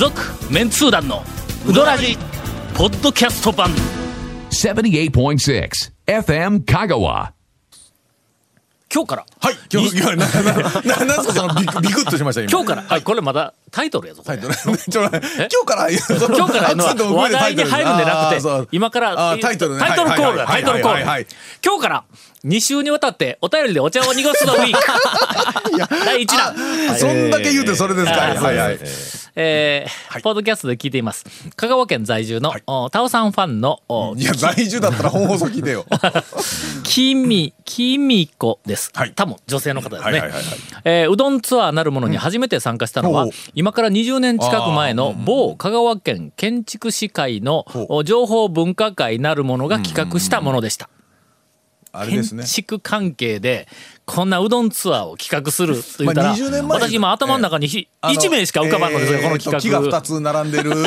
続メンツー団のウドラジポッドキャスト版 78.6 FM 香川。 今日からはい、今日なんすかそのビクッとしました今。 今日から、これまだタイトルやぞこれ。 今日から今日からのは話題に入るんじゃなくて、今からタイトルね、 タイトルコールだ、タイトルコール。今日から2週にわたってお便りでお茶を濁すのウィーク第1弾。 そんだけ言うてそれですか。はいはい。 ポッドキャストで聞いています。香川県在住のタオさんファンのいや在住だったら本放送聞いてよ。 きみこです。多分女性の方ですね。うどんツアーなるものに初めて参加したのは、今から20年近く前の某香川県建築士会の情報文化会なるものが企画したものでした。 あれですね、 建築関係でこんなうどんツアーを企画すると言ったら、私今頭の中に1名しか浮かばんのですよ、この企画。 木が2つ並んでるのような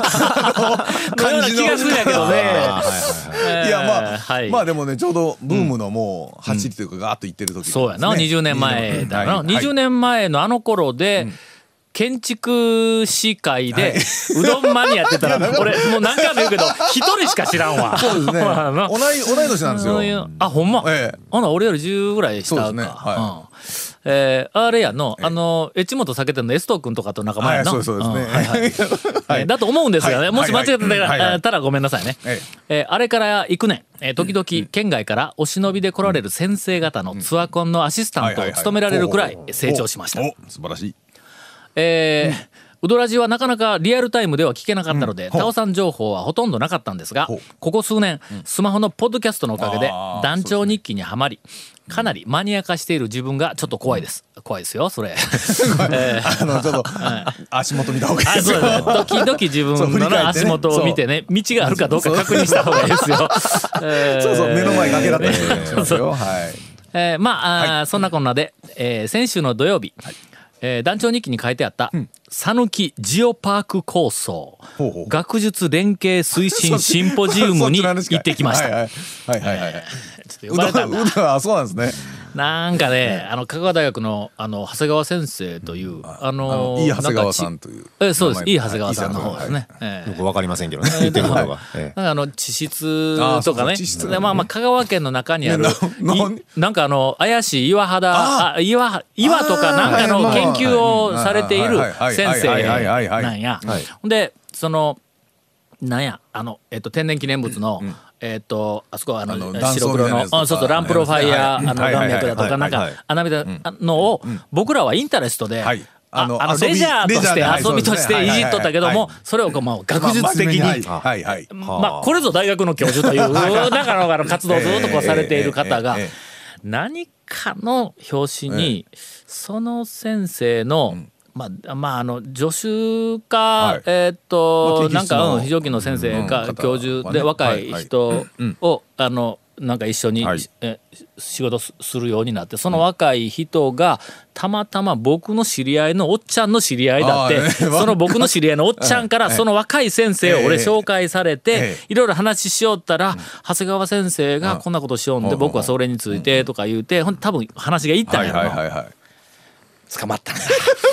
気がするんやけどね。 いやまあでもね、ちょうどブームのもう走りというかガーッといってる時、 そうやな、20年前だな。20年前のあの頃で建築士会でうどんマニアって言ったら俺もう何回も言うけど一人しか知らんわ。 そうですね。同い年なんですよ。 あ、ほんま。ほな俺より10ぐらい下か。あれやの越本酒店のエストー君とかと仲間やな。 そうですね。 だと思うんですがね、もし間違ってたらごめんなさいね。あれから幾年時々県外からお忍びで来られる先生方のツアコンのアシスタントを務められるくらい成長しました。 素晴らしい。 ウドラジはなかなかリアルタイムでは聞けなかったので、タオさん情報はほとんどなかったんですが、ここ数年スマホのポッドキャストのおかげで団長日記にはまり、かなりマニア化している自分がちょっと怖いです。怖いですよそれ。 ちょっと足元見た方がいいですよ。 時々自分の足元を見てね、道があるかどうか確認した方がいいですよ。 そうそう、目の前崖だったりしますよ。 そんなこんなで先週の土曜日、団長日記に書いてあった讃岐ジオパーク構想学術連携推進シンポジウムに行ってきました。ちょっと呼ばれたんだ。 そうなんですね。 なんかね、香川大学の長谷川先生といういい長谷川さんという、 そうです、いい長谷川さんの方ですね。 よくわかりませんけどね、言ってることが。 なんか地質とかね、香川県の中にあるなんか怪しい岩肌、岩とかなんかの研究をされている先生なんや。でなんや天然記念物のあそこは白黒のそうランプロファイヤー岩脈だとかなんか穴みたいなのを僕らはインタレストでレジャーとして遊びとしていじっとったけども、それを学術的にこれぞ大学の教授という中の活動をずっとされている方が何かの表紙にその先生の助手かなんか非常勤の先生か教授で若い人をなんか一緒に仕事するようになって、その若い人がたまたま僕の知り合いのおっちゃんの知り合いだって、その僕の知り合いのおっちゃんからその若い先生を俺紹介されていろいろ話しよったら、長谷川先生がこんなことしようんで僕はそれについてとか言うて、多分話がいったんやろ。捕まったんだ。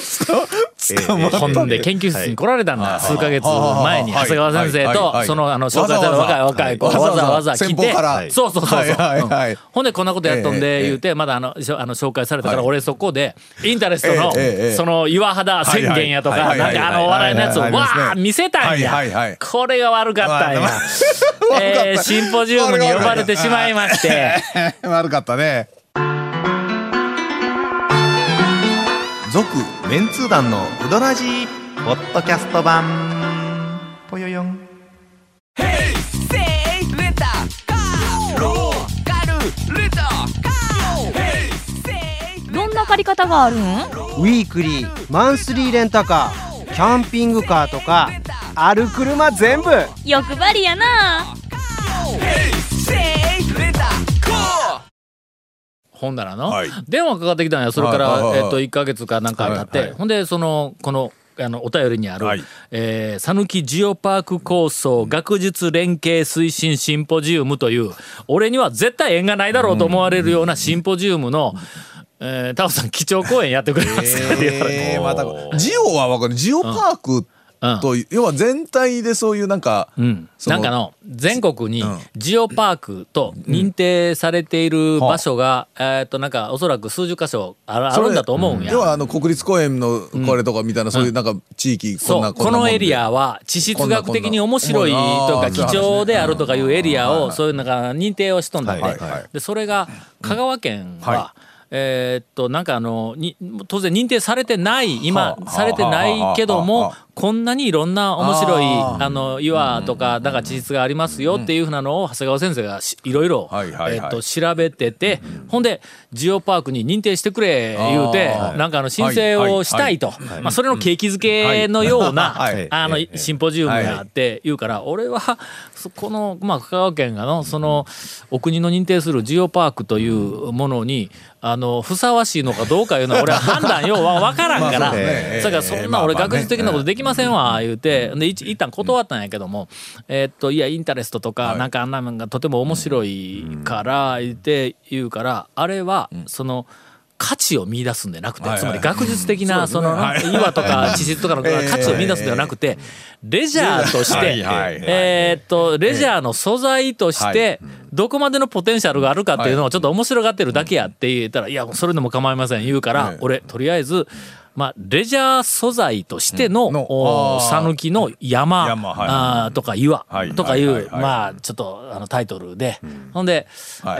ほんで研究室に来られたんだ。数ヶ月前に長谷川先生とその紹介された若い子わざわざ来て、そうほんでこんなことやっとんで言うて、まだ紹介されたから俺そこでインタレストのその岩肌宣言やとかなんかお笑いのやつをわー見せたんや。これが悪かったんや。シンポジウムに呼ばれてしまいまして。 悪かったね。 続メンツー団のウドラジーポッドキャスト版ぽよよん。 どんな借り方があるん？ ウィークリー、マンスリーレンタカー、キャンピングカーとかある車全部。 欲張りやな。 ほんならの、電話かかってきたんや。それから1ヶ月かなんか経って、ほんでこのお便りにある讃岐ジオパーク構想学術連携推進シンポジウムという、俺には絶対縁がないだろうと思われるようなシンポジウムのタオさん基調講演やってくれますかって言われて、 またジオは分かる。ジオパークと、要は全体でそういうなんか、 なんかの全国にジオパークと認定されている場所が、なんかおそらく数十箇所あるんだと思うんや。 要は国立公園のこれとかみたいな、そういうなんか地域、 このエリアは地質学的に面白いとか貴重であるとかいうエリアをそういうなんか認定をしとんだって。でそれが香川県は、なんか当然認定されてないされてないけどもこんなにいろんな面白い岩とかだから地質がありますよっていうふうなのを長谷川先生がいろいろ調べてて、ほんでジオパークに認定してくれ言うてなんか申請をしたいと、それの景気づけのようなシンポジウムがあって言うから、俺はこの香川県がそのお国の認定するジオパークというものにふさわしいのかどうかいうのは俺は判断ようわからんからだからそんな俺学術的なことできませんわ言うてで一旦断ったんやけどもいやインタレストとかなんかあんなのがとても面白いから言うからあれはその価値を見出すんでなくて、つまり学術的なその岩とか地質とかの価値を見出すんではなくてレジャーとしてレジャーの素材としてどこまでのポテンシャルがあるかっていうのをちょっと面白がってるだけやって言ったら、いやそれでも構いません言うから、俺とりあえずレジャー素材としての讃岐の山とか岩とかいうちょっとタイトルで、ほんで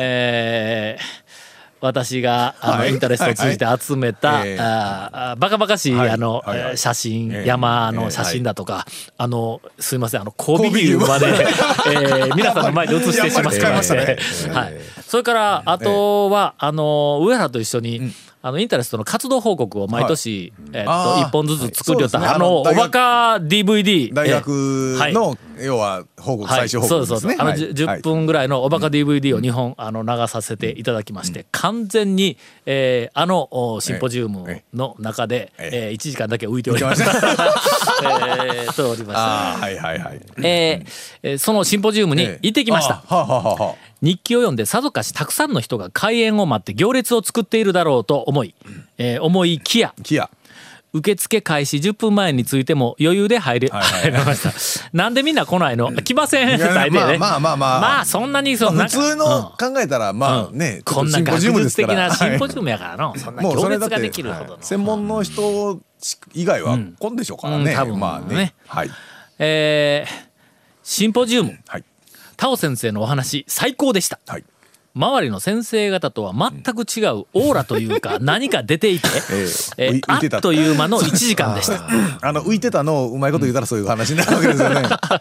私がインタレストを通じて集めたバカバカしい写真、山の写真だとかすいません神戸牛まで皆さんの前で写してしまいまして、それからあとは上原と一緒にインタレストの活動報告を毎年1本ずつ作りよったおバカ DVD 大学の要は報告最終報告ですね。 10分ぐらいのおバカ DVD を2本流させていただきまして、完全にシンポジウムの中で1時間だけ浮いておりましたとおりました。そのシンポジウムに行ってきました。日記を読んでさぞかしたくさんの人が開演を待って行列を作っているだろうと思いきや受付開始10分前についても余裕で入れました。なんでみんな来ないの？来ません大体ね。まあそんなに普通の考えたらこんな学術的なシンポジウムやからのそんな行列ができるほどの専門の人以外は来んでしょうからね。 多分ね。シンポジウムタオ先生のお話最高でした、周りの先生方とは全く違うオーラというか何か出ていて、あっという間の1時間でした浮いてたのをうまいこと言ったらそういう話になるわけですよ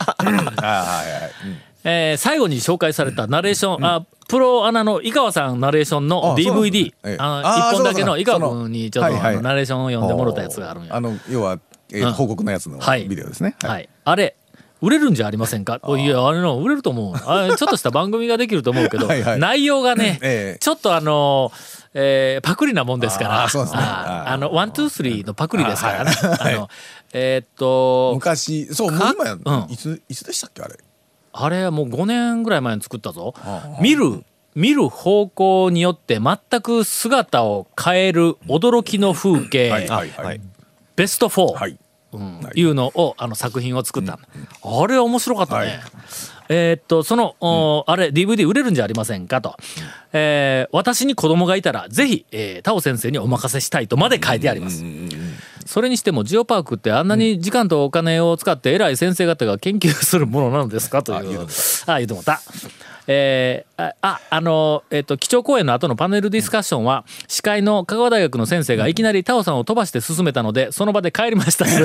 ね。最後に紹介されたナレーション、プロアナの井川さんナレーションの DVD、1本だけの井川君にちょっとナレーションを読んでもらったやつがあるんや。 要は報告のやつのビデオですね。 あれ売れるんじゃありませんか？いやあれの売れると思う。ちょっとした番組ができると思うけど内容がねちょっとパクリなもんですから、ワンツースリーのパクリですからね。 昔そうもう今いつでしたっけあれはもう5年ぐらい前に作ったぞ。見る方向によって全く姿を変える驚きの風景ベスト4。いうのを作品を作った、あれは面白かったね。そのあれ DVD 売れるんじゃありませんかと、私に子供がいたらぜひ、タオ先生にお任せしたいとまで書いてあります。それにしてもジオパークってあんなに時間とお金を使って偉い先生方が研究するものなのですかという言うと思った。基調講演の後のパネルディスカッションは司会の香川大学の先生がいきなりタオさんを飛ばして進めたのでその場で帰りましたという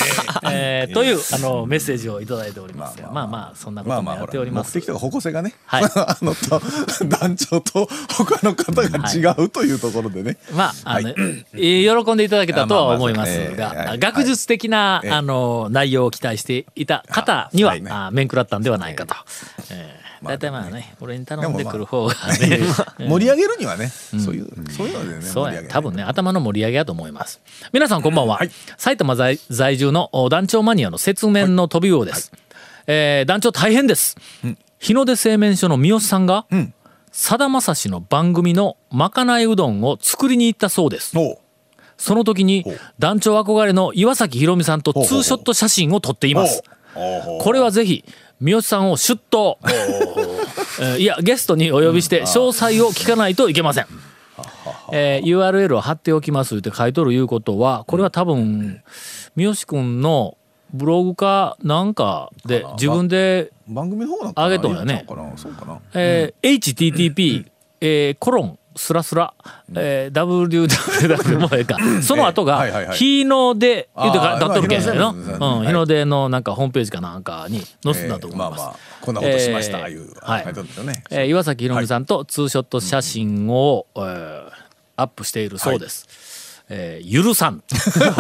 メッセージをいただいておりますが、まあそんなこともやっております。 目的とか方向性がね、団長と他の方が違うというところでね、 喜んでいただけたとは思いますが、学術的な内容を期待していた方には面食らったんではないかと。大体俺に頼んでくる方がね盛り上げるにはね、そういうのでね、 そうや多分ね頭の盛り上げだと思います。皆さんこんばんは、埼玉在住の団長マニアの雪面の飛び魚です。団長大変です。日の出製麺所の三好さんがさだまさしの番組のまかないうどんを作りに行ったそうです。 その時に団長憧れの岩崎宏美さんとツーショット写真を撮っています。これはぜひ三好さんを出頭いやゲストにお呼びして詳細を聞かないといけません。URL を貼っておきますって書いとるいうことは、これは多分三好くんのブログかなんかで自分で上げとんやね。http コロンスラスラwww もええかその後が日の出言うてかだっとるけんの日の出のなんかホームページかなんかに載せたと思います。 こんなことしましたいう書いてるんですよね。 岩崎宏美さんとツーショット写真をアップしているそうです。許さん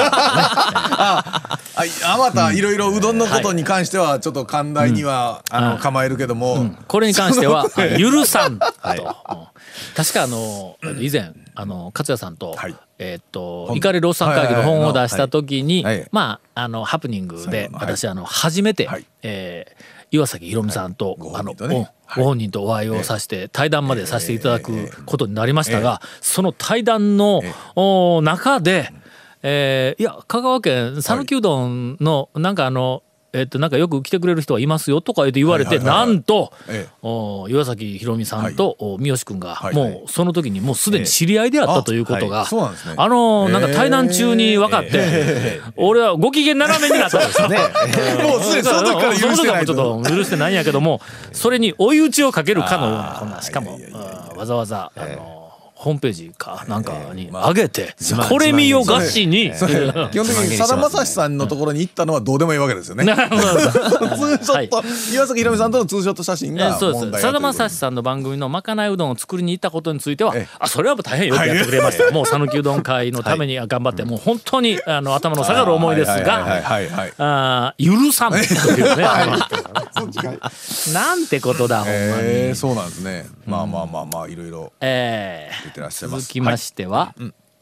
またいろいろうどんのことに関してはちょっと寛大には構えるけども、 これに関しては許さんと確か以前勝也さんと怒りロースさん会議の本を出した時にまあハプニングで私初めて岩崎宏美さんとご本人とお会いをさせて対談までさせていただくことになりましたが、その対談の中でいや香川県讃岐うどんのなんかなんかよく来てくれる人はいますよとか言われて、なんと岩崎宏美さんと三好くんがもうその時にもうすでに知り合いであったということがなんか対談中に分かって俺はご機嫌斜めになったんですよね。 もうすでにその時から許してないちょっと許してないんやけども、それに追い打ちをかけるかのようなこんなしかもわざわざホームページかなんかに上げてこれ見よがしに基本的にさだまさしさんのところに行ったのはどうでもいいわけですよね。ツーショット岩崎宏美さんとのツーショット写真が問題さだまさしさんの番組のまかないうどんを作りに行ったことについてはそれは大変よくやってくれました。もう讃岐うどん会のために頑張ってもう本当に頭の下がる思いですが許さんというねなんてことだほんまに。 そうなんですね。まあいろいろ続きましては、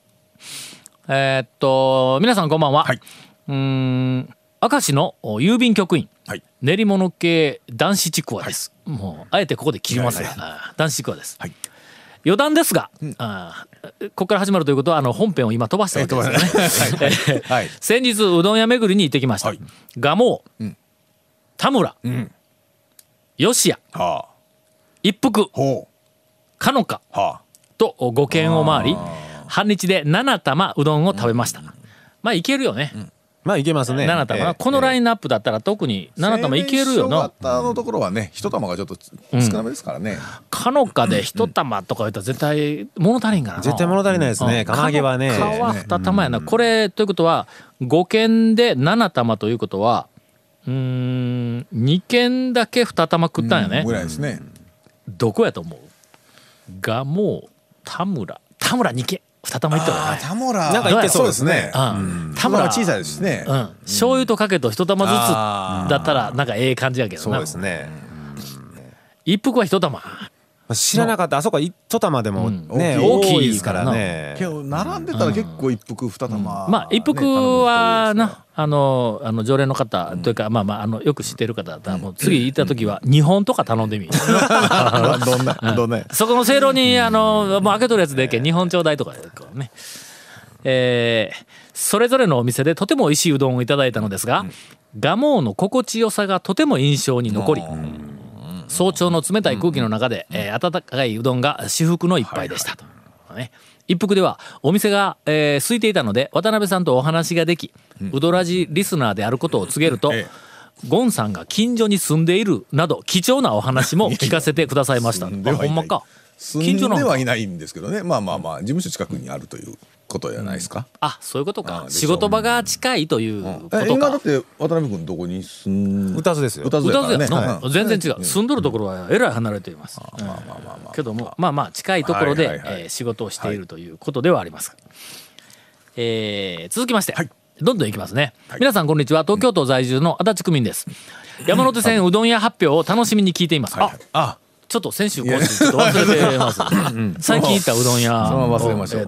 皆さんこんばんは。明石の郵便局員、練り物系男子ちくわです。もうあえてここで切りますが、男子ちくわです。余談ですが、ここから始まるということは本編を今飛ばしたわけですよね。先日うどん屋巡りに行ってきました。蒲生、田村、吉谷、一服、かのかと5軒を回り半日で7玉うどんを食べました。まあいけるよね。 まあいけますね。 7玉このラインナップだったら特に7玉いけるよな。 のところはね1玉がちょっと少なめですからね。 かのかで1玉とか言ったら絶対物足りんからな。 絶対物足りないですね。釜揚げはね。 かのかは2玉やな。これということは5軒で7玉ということは2軒だけ2玉食ったんやね。 ぐらいですね。 どこやと思う？がもう田村2軒2玉いったからね。 田村なんか言ってそうですね。 田村小さいですしね。 醤油とかけと1玉ずつだったらなんかええ感じやけどな。 そうですね。 一服は1玉。 知らなかった。あそこ一玉でもね大きいですからね。 けど並んでたら結構一服2玉。 まあ一服はな常連の方というかよく知ってる方だったらもう次行った時は2本とか頼んでみ。 どんなそこのせいろにもう開けとるやつで2本ちょうだいとかね。それぞれのお店でとても美味しいうどんをいただいたのですが、蒲生の心地よさがとても印象に残り、早朝の冷たい空気の中で、温かいうどんが至福の一杯でしたと、一服ではお店が、空いていたので渡辺さんとお話ができ、うどらじリスナーであることを告げると、ゴンさんが近所に住んでいるなど貴重なお話も聞かせてくださいました。ほんまか。 住んではいないんですけどね。まあ事務所近くにあるということじゃないですか。 そういうことか。仕事場が近いということか。 今だって渡辺君どこに住ん宇多津ですよ。 宇多津やからね。全然違う。住んどるところはえらい離れています。けども近いところで仕事をしているということではあります。続きましてどんどんいきますね。皆さんこんにちは。東京都在住の足立区民です。山手線うどん屋発表を楽しみに聞いています。ちょっと先週今週ちょっと忘れてます。最近行ったうどん屋を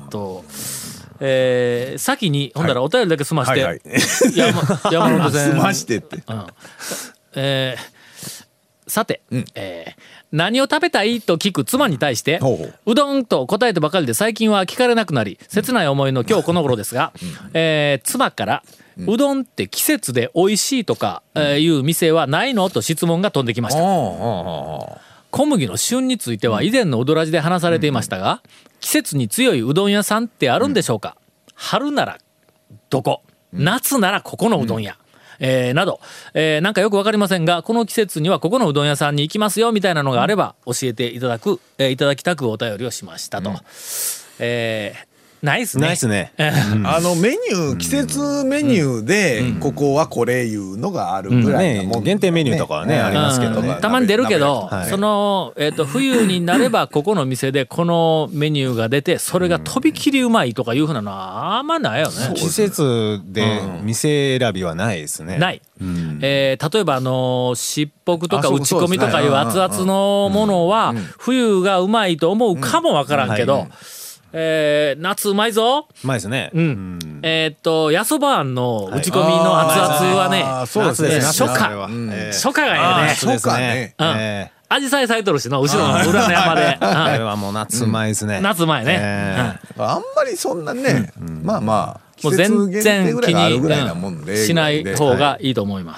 先にほんだらお便りだけ済まして山手線済ましてってさて、何を食べたいと聞く妻に対してうどんと答えてばかりで最近は聞かれなくなり切ない思いの今日この頃ですが、妻からうどんって季節で美味しいとかいう店はないのと質問が飛んできました。小麦の旬については以前のうどらじで話されていましたが、季節に強いうどん屋さんってあるんでしょうか。春ならどこ、夏ならここのうどん屋、など、なんかよくわかりませんが、この季節にはここのうどん屋さんに行きますよみたいなのがあれば教えていただきたくお便りをしましたと。ないっすね。 ないっすね。 メニュー、季節メニューで、ここはこれいうのがあるぐらいなもん、 限定メニューとかはね、ありますけどね。 たまに出るけど、その、冬になればここの店でこのメニューが出て、それがとびきりうまいとかいうふうなのはあんまないよね。 季節で店選びはないですね。 ない。例えばしっぽくとか打ち込みとかいう熱々のものは冬がうまいと思うかもわからんけど、夏うまいぞ。 うまいですね。 やそばあんの打ち込みの熱々はね、 そうですね。 初夏がええね。 初夏ね。 アジサイ咲いとるしの後ろの裏の山で。 あれはもう夏うまいですね。 夏うまいね。 あんまりそんなね、まあまあもう全然気にしない方がいいと思います。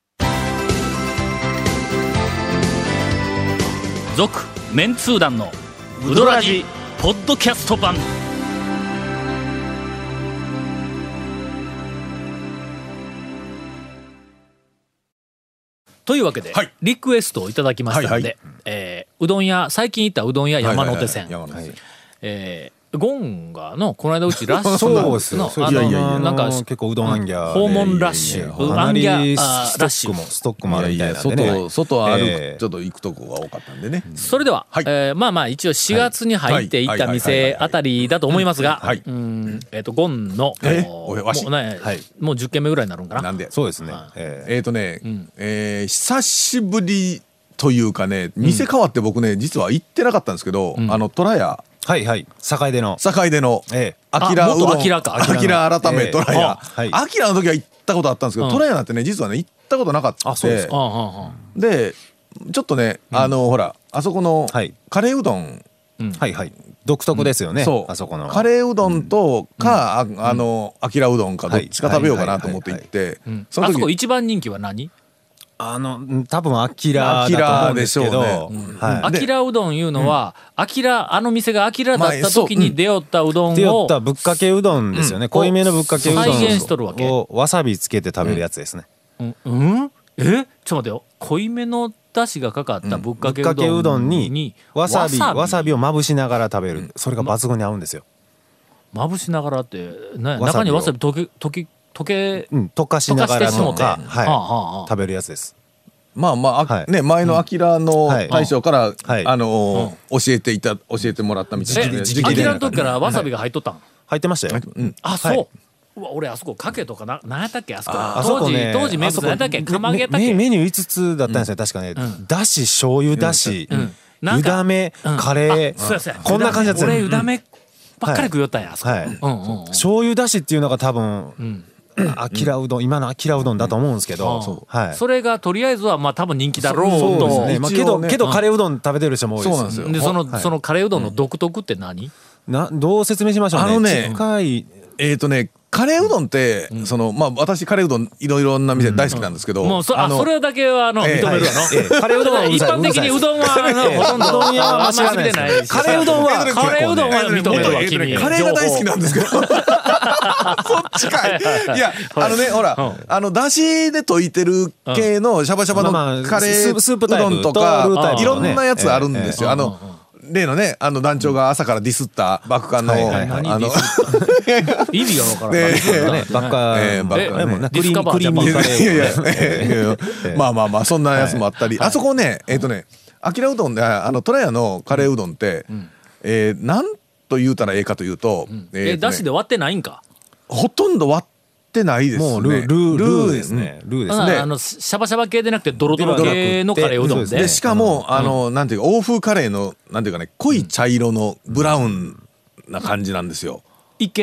続メンツー団のウドラジポッドキャスト版。というわけで、リクエストをいただきましたので、うどん屋、最近行ったうどん屋山手線、ゴンがのこの間うちラッシュのなんか結構うどんアンギャ訪問ラッシュ、アンギャラッシュストックもあるみたいなんでね。 外歩くちょっと行くとこが多かったんでね。 それではまあまあ一応4月に入っていった店あたりだと思いますが、ゴンのもう10軒目ぐらいになるんかな。 なんでそうですね。 久しぶりというかね、店変わって僕ね実は行ってなかったんですけど、虎屋、 はいはい、坂出のアキラうどん、 アキラ改め虎屋、アキラの時は行ったことあったんですけど、虎屋なんてね実はね行ったことなかった。でちょっとねほらあそこのカレーうどん、 独特ですよね。あそこのカレーうどんとかアキラうどんかどっちか食べようかなと思って行って、 あそこ一番人気は何？ 多分アキラだと思うんですけど、 アキラうどんいうのは店がアキラだった時に出会ったうどんを出会ったぶっかけうどんですよね。濃いめのぶっかけうどん再現しとるわけをわさびつけて食べるやつですね。 ちょっと待てよ、濃いめのだしがかかったぶっかけうどんにわさびをまぶしながら食べる、それが抜群に合うんですよ。 まぶしながらって中にわさび溶かしながらとか食べるやつです。 まあね、前のアキラの大将から教えてもらったみたいな。 アキラの時からわさびが入っとったん？ 入ってましたよ。 あ、そう。俺あそこかけとか何やったっけ、あそこ当時名物何やったっけ、釜揚げやったっけ。 メニュー5つだったんですよ確かね。だし、醤油だし、湯だめ、カレー、こんな感じだった。 俺湯だめばっかり食いよったんや。 醤油だしっていうのが多分アキラうどん、今のアキラうどんだと思うんですけど、 それがとりあえずはまあ多分人気だろうと。 けどカレーうどん食べてる人も多いです。 そうなんですよ。 でそのカレーうどんの独特って何？ どう説明しましょうね。 カレーうどんって私カレーうどんいろいろな店大好きなんですけど、 もうそれだけは認めるわの。 カレーうどんは一般的にうどんはほとんどうどん屋はあんまり好きでない。 カレーうどんは認めるわ君。 カレーが大好きなんですけど。そっちかい。いやほらだしで溶いてる系のシャバシャバのカレーうどんとかいろんなやつあるんですよ。例のね団長が朝からディスったバクカンの意味がわからない。 バカディスカバージャパンカレー。まあそんなやつもあったり、あそこねアキラうどんで虎屋のカレーうどんってなんと言うたらええかというと、 だしで割ってないんか。 ほとんど割ってないですね。 もうルーですね。ルーですね。 シャバシャバ系でなくてドロドロ系のカレーうどんで、 しかもなんていうか欧風カレーのなんていうかね、濃い茶色のブラウンな感じなんですよ。 一見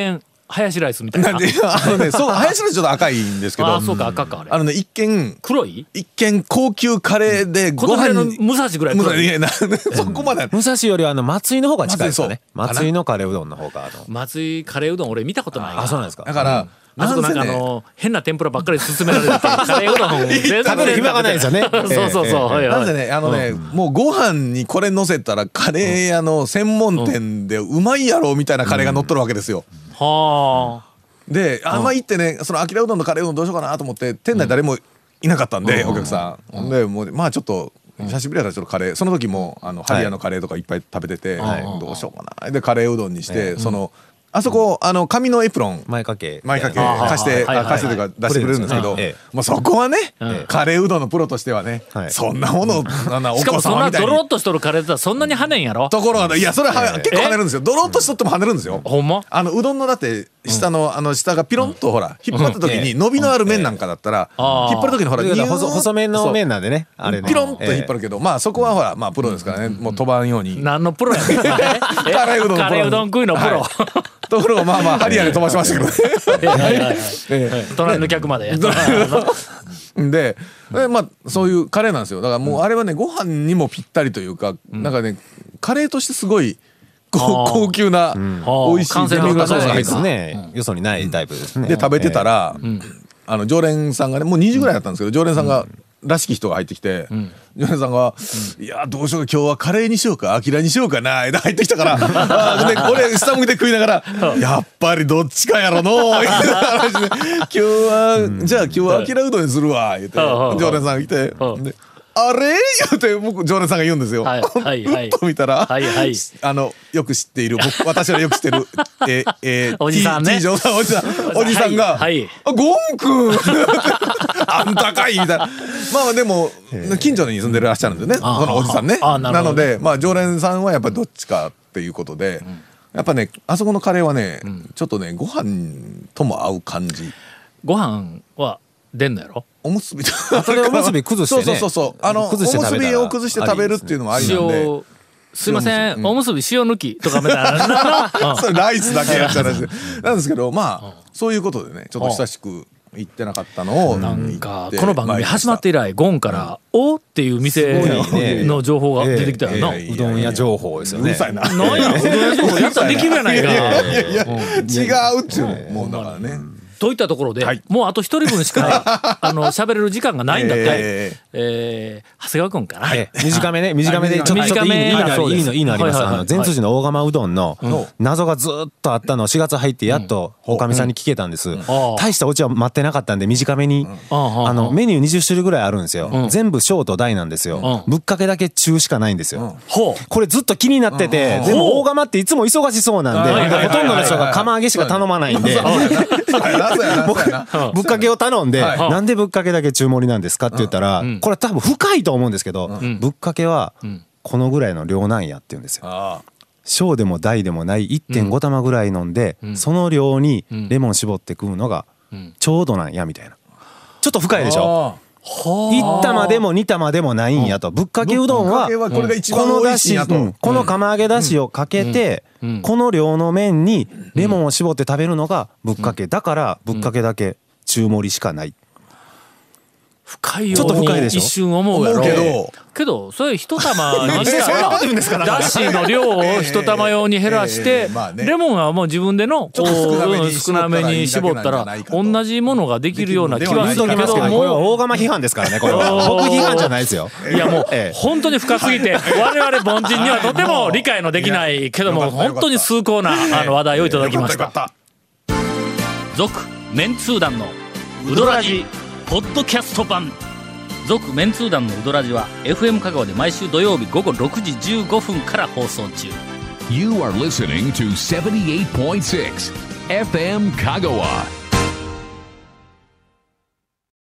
ハヤシライスみたいな。 そう、ハヤシライスちょっと赤いんですけど。 そうか、赤か、あれ。 一見、 黒い？ 一見高級カレーでご飯の武蔵ぐらい黒い。 そこまで。 武蔵より松井の方が近いですかね。松井のカレーうどんの方が。 松井カレーうどん俺見たことない。 あ、そうなんですか。 だから、 あそこなんか変な天ぷらばっかり勧められてカレーうどん全然暇がないですよね。 そうなんでね、もうご飯にこれ乗せたらカレー屋の専門店でうまいやろみたいなカレーが乗っとるわけですよ。 はあ。 で、行ってね、そのあきらうどんのカレーうどんどうしようかなと思って店内誰もいなかったんで、お客さんで、もうまあちょっと久しぶりやったらちょっとカレー、その時もハリヤのカレーとかいっぱい食べてて、どうしようかなでカレーうどんにして、あそこ紙のエプロン前掛け貸してというか出してくれるんですけど、もうそこはね、カレーうどんのプロとしてはね、そんなものお子様みたいに、 しかもそんなドロッとしとるカレーだったらそんなに跳ねんやろ。 ところがいや、それは結構跳ねるんですよ。ドロッとしとっても跳ねるんですよ。 ほんま？ うどんのだって下の下がピロンとほら引っ張った時に伸びのある麺なんかだったら引っ張る時にほら細麺の麺なんでね、あれねピロンと引っ張るけど、まあそこはほらプロですからね、もう飛ばんように。 何のプロやねん。 カレーうどん食いのプロ。 ところがまあハリヤで飛ばしましたけどね。 隣の客まで。 で、まあそういうカレーなんですよ。だからもうあれはね、ご飯にもぴったりというか、なんかね、カレーとしてすごい高級な美味しいデミグラスソースが入ってね、よそにないタイプですね。 で食べてたら、常連さんがね、もう2時ぐらいだったんですけど、常連さんがらしき人が入ってきて、常連さんが「いやどうしようか、今日はカレーにしようかアキラにしようかな」って入ってきたから、俺下向いて食いながら「やっぱりどっちかやろの」みたいな話で「じゃあ今日はアキラうどんにするわ」言って常連さんが来て。あれ言うて僕常連さんが言うんですよ。と見たらよく知っている私はよく知ってるおじさんね、 おじさんが「ゴン君あんたかい」みたいな。まあでも近所に住んでらっしゃるんですよね、そのおじさんね。なのでまあ常連さんはやっぱりどっちかっていうことで、やっぱねあそこのカレーはねちょっとねご飯とも合う感じ。 ご飯は出んのやろ。 おむすびとそれおむすび崩してね、 そうおむすびを崩して食べるっていうのもありなんで、 すいませんおむすび塩抜きとかみたいなそれライスだけやったらなんですけど、まあそういうことでねちょっと親しく行ってなかったのを、 なんかこの番組始まって以来ゴンから「お」っていう店の情報が出てきたよな。 うどん屋情報ですよね。 うるさいな。 何やうどん屋情報やったらできるやないか。 違うっちゅう、もうだからね。 といったところで、もうあと一人分しか喋れる時間がないんだって。長谷川君かな。 短めでちょっといいのあります。善通寺の大釜うどんの謎がずっとあったのを4月入ってやっとおかみさんに聞けたんです。大したオチは待ってなかったんで短めに、メニュー20種類ぐらいあるんですよ。全部小と大なんですよ。ぶっかけだけ中しかないんですよ。これずっと気になってて、でも大釜っていつも忙しそうなんで、ほとんどの人が釜揚げしか頼まないんで、ぶっかけを頼んで、なんでぶっかけだけ中盛りなんですかって言ったら、これ多分深いと思うんですけど、ぶっかけはこのぐらいの量なんやって言うんですよ。小でも大でもない 1.5 玉ぐらい飲んで、その量にレモン絞って食うのがちょうどなんやみたいな。ちょっと深いでしょ。1玉でも2玉でもないんやと。ぶっかけうどんはこのだし、この釜揚げだしをかけて、この量の麺にレモンを絞って食べるのがぶっかけだから、ぶっかけだけ中盛りしかない。 深いように一瞬思うやろけど、それ一玉にしてだしの量を一玉用に減らしてレモンはもう自分での少なめに絞ったら同じものができるような気はするけども、 これは大釜批判ですからね。これは僕批判じゃないですよ。 いやもう本当に深すぎて我々凡人にはとても理解のできないけども本当に崇高な話題をいただきました。続メンツー団のウドラジポッドキャスト版。続メンツー団のウドラジは FM 香川で毎週土曜日午後6時15分から放送中。 You are listening to 78.6 FM 香川。